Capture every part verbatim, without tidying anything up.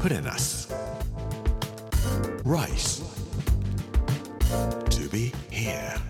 プレナス Rice to be here。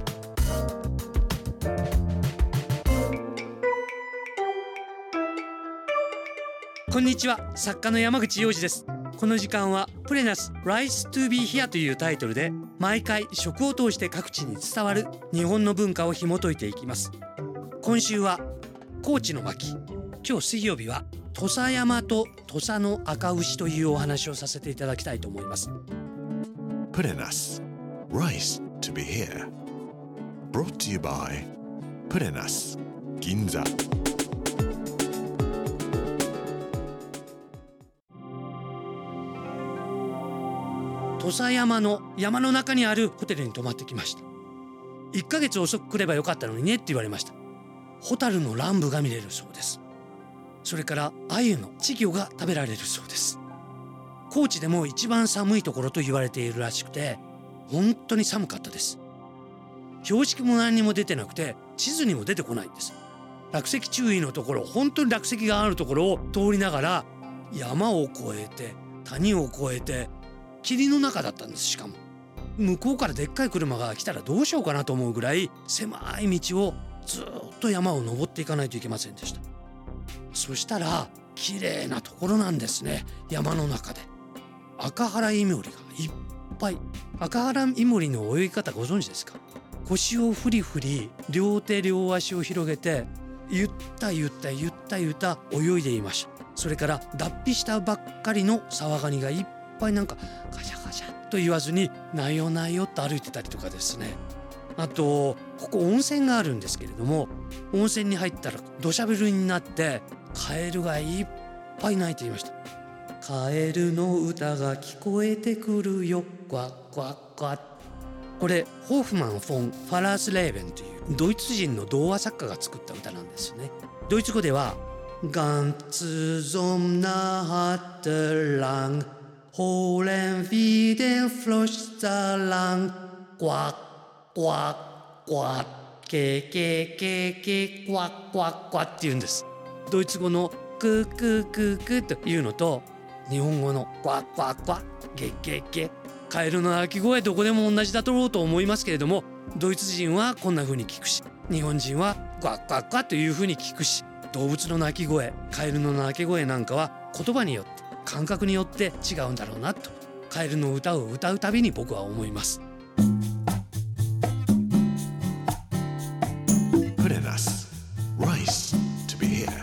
こんにちは、作家の山口洋二です。この時間はプレナス Rice to be here というタイトルで、毎回食を通して各地に伝わる日本の文化を紐解いていきます。今週は高知の巻、今日水曜日は土佐山と土佐の赤牛というお話をさせていただきたいと思います。 プレナス Rice to be here Brought to you by プレナス銀座。 土佐山の山の中にあるホテルに泊まってきました。いっかげつ遅く来ればよかったのにねって言われました。ホタルの乱舞が見れるそうです。それから鮎の稚魚が食べられるそうです。高知でも一番寒いところと言われているらしくて、本当に寒かったです。標識も何にも出てなくて、地図にも出てこないんです。落石注意のところ、本当に落石があるところを通りながら、山を越えて谷を越えて霧の中だったんです。しかも向こうからでっかい車が来たらどうしようかなと思うぐらい狭い道をずっと山を登っていかないといけませんでした。そしたら綺麗なところなんですね。山の中で赤原イモリがいっぱい。赤原イモリの泳ぎ方ご存知ですか？腰をフリフリ、両手両足を広げてゆったゆったゆったゆった泳いでいました。それから脱皮したばっかりのサワガニがいっぱいなんかカシャカシャと言わずになよなよと歩いてたりとかですね。あとここ温泉があるんですけれども、温泉に入ったら土砂降りになってカエルがいっぱい鳴いていました。カエルの歌が聞こえてくるよ、クワックワックワッ。これホーフマン・フォン・ファラースレーベンというドイツ人の童話作家が作った歌なんですね。ドイツ語ではGanz Sommernacht lang holen wir den Frosch lang quack quack quackケケケケクワックワックワッって言うんです。ドイツ語のクークークークーというのと、日本語のクワックワックワッゲゲゲ、カエルの鳴き声どこでも同じだろうと思いますけれども、ドイツ人はこんな風に聞くし、日本人はクワックワックワッという風に聞くし、動物の鳴き声、カエルの鳴き声なんかは言葉によって感覚によって違うんだろうなと、カエルの歌を歌うたびに僕は思います。 プレナス Rice to be here。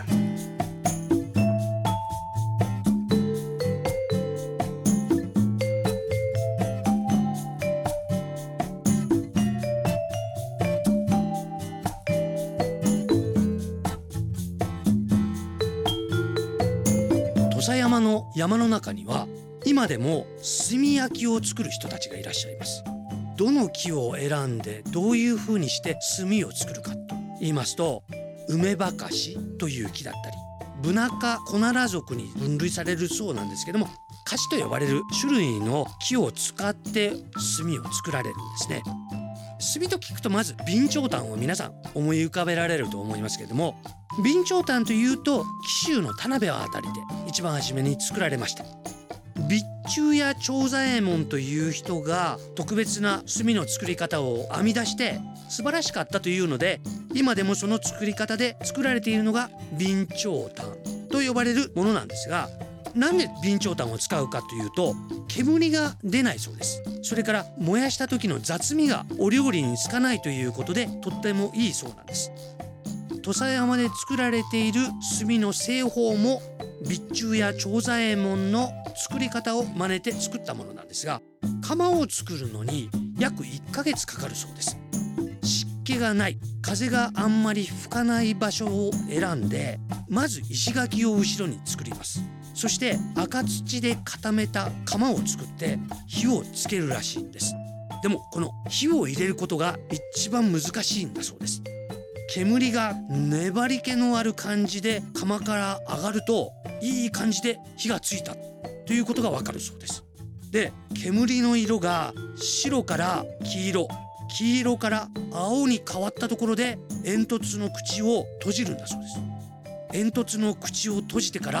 土佐山の山の中には今でも炭焼きを作る人たちがいらっしゃいます。どの木を選んでどういう風にして炭を作るかと言いますと、梅ばかしという木だったり、ブナ科コナラ属に分類されるそうなんですけども、カシと呼ばれる種類の木を使って炭を作られるんですね。炭と聞くとまず備長炭を皆さん思い浮かべられると思いますけれども、備長炭というと紀州の田辺あたりで一番初めに作られました。備中屋長左衛門という人が特別な炭の作り方を編み出して素晴らしかったというので、今でもその作り方で作られているのが備長炭と呼ばれるものなんですが、なんで備長炭を使うかというと、煙が出ないそうです。それから燃やした時の雑味がお料理につかないということでとってもいいそうなんです。土佐山で作られている炭の製法も備中屋長左衛門の作り方を真似て作ったものなんですが、窯を作るのに約いっかげつかかるそうです。湿気がない、風があんまり吹かない場所を選んで、まず石垣を後ろに作ります。そして赤土で固めた窯を作って火をつけるらしいんです。でもこの火を入れることが一番難しいんだそうです。煙が粘り気のある感じで窯から上がると、いい感じで火がついたということがわかるそうです。で、煙の色が白から黄色、黄色から青に変わったところで煙突の口を閉じるんだそうです。煙突の口を閉じてから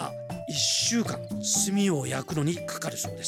いっしゅうかん炭を焼くのにかかるそうです。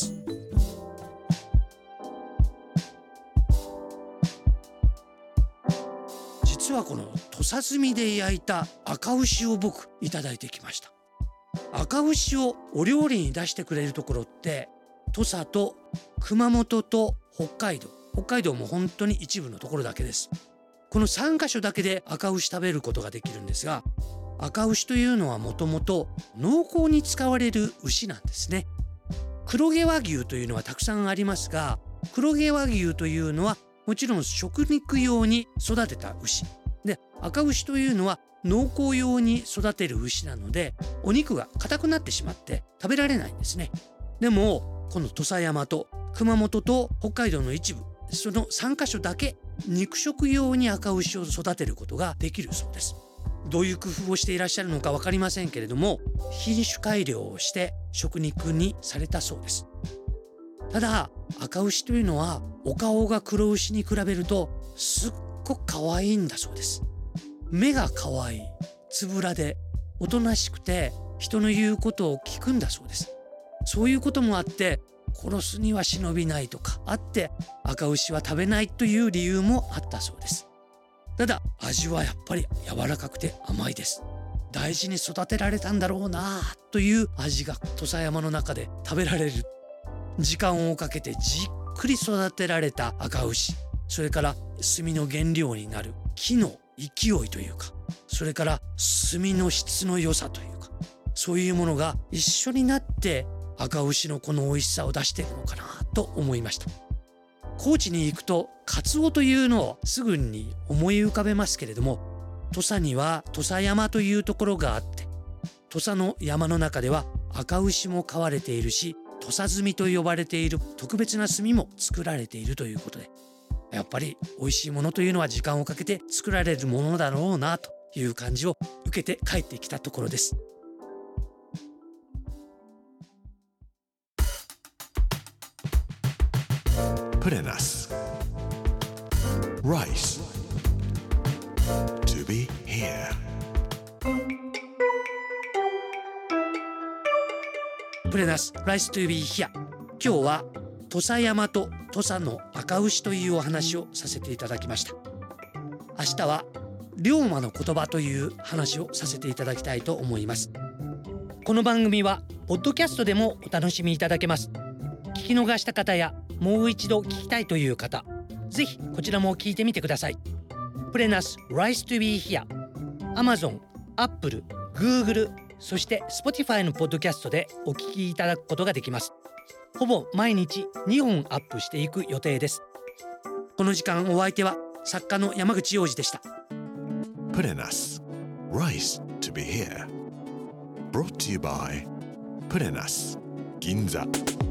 実はこの土佐炭で焼いた赤牛を僕いただいてきました。赤牛をお料理に出してくれるところって土佐と熊本と北海道北海道も本当に一部のところだけです。このさんカ所だけで赤牛食べることができるんですが、赤牛というのはもともと農耕に使われる牛なんですね。黒毛和牛というのはたくさんありますが、黒毛和牛というのはもちろん食肉用に育てた牛で、赤牛というのは農耕用に育てる牛なので、お肉が硬くなってしまって食べられないんですね。でもこの土佐山と熊本と北海道の一部、そのさんカ所だけ肉食用に赤牛を育てることができるそうです。どういう工夫をしていらっしゃるのか分かりませんけれども、品種改良をして食肉にされたそうです。ただ赤牛というのはお顔が黒牛に比べるとすっごく可愛いんだそうです。目が可愛い、つぶらでおとなしくて人の言うことを聞くんだそうです。そういうこともあって殺すには忍びないとかあって赤牛は食べないという理由もあったそうです。ただ味はやっぱり柔らかくて甘いです。大事に育てられたんだろうなという味が土佐山の中で食べられる。時間をかけてじっくり育てられた赤牛、それから炭の原料になる木の勢いというか、それから炭の質の良さというか、そういうものが一緒になって赤牛のこの美味しさを出しているのかなと思いました。高知に行くとカツオというのをすぐに思い浮かべますけれども、土佐には土佐山というところがあって、土佐の山の中では赤牛も飼われているし、土佐炭と呼ばれている特別な炭も作られているということで、やっぱり美味しいものというのは時間をかけて作られるものだろうなという感じを受けて帰ってきたところです。 Purenas. Rice. To be here. プレナス Rice to be here。 今日は土佐山と土佐の赤牛というお話をさせていただきました。明日は龍馬の言葉という話をさせていただきたいと思います。この番組はポッドキャストでもお楽しみいただけます。聞き逃した方やもう一度聞きたいという方、ぜひこちらも聞いてみてください。プレナス Rice to be here、 Amazon、Apple、Google、 そして Spotify のポッドキャストでお聞きいただくことができます。ほぼ毎日にほんアップしていく予定です。この時間お相手は作家の山口洋二でした。 Purenas. Rice to be here. Brought to you by Purenas. Ginza.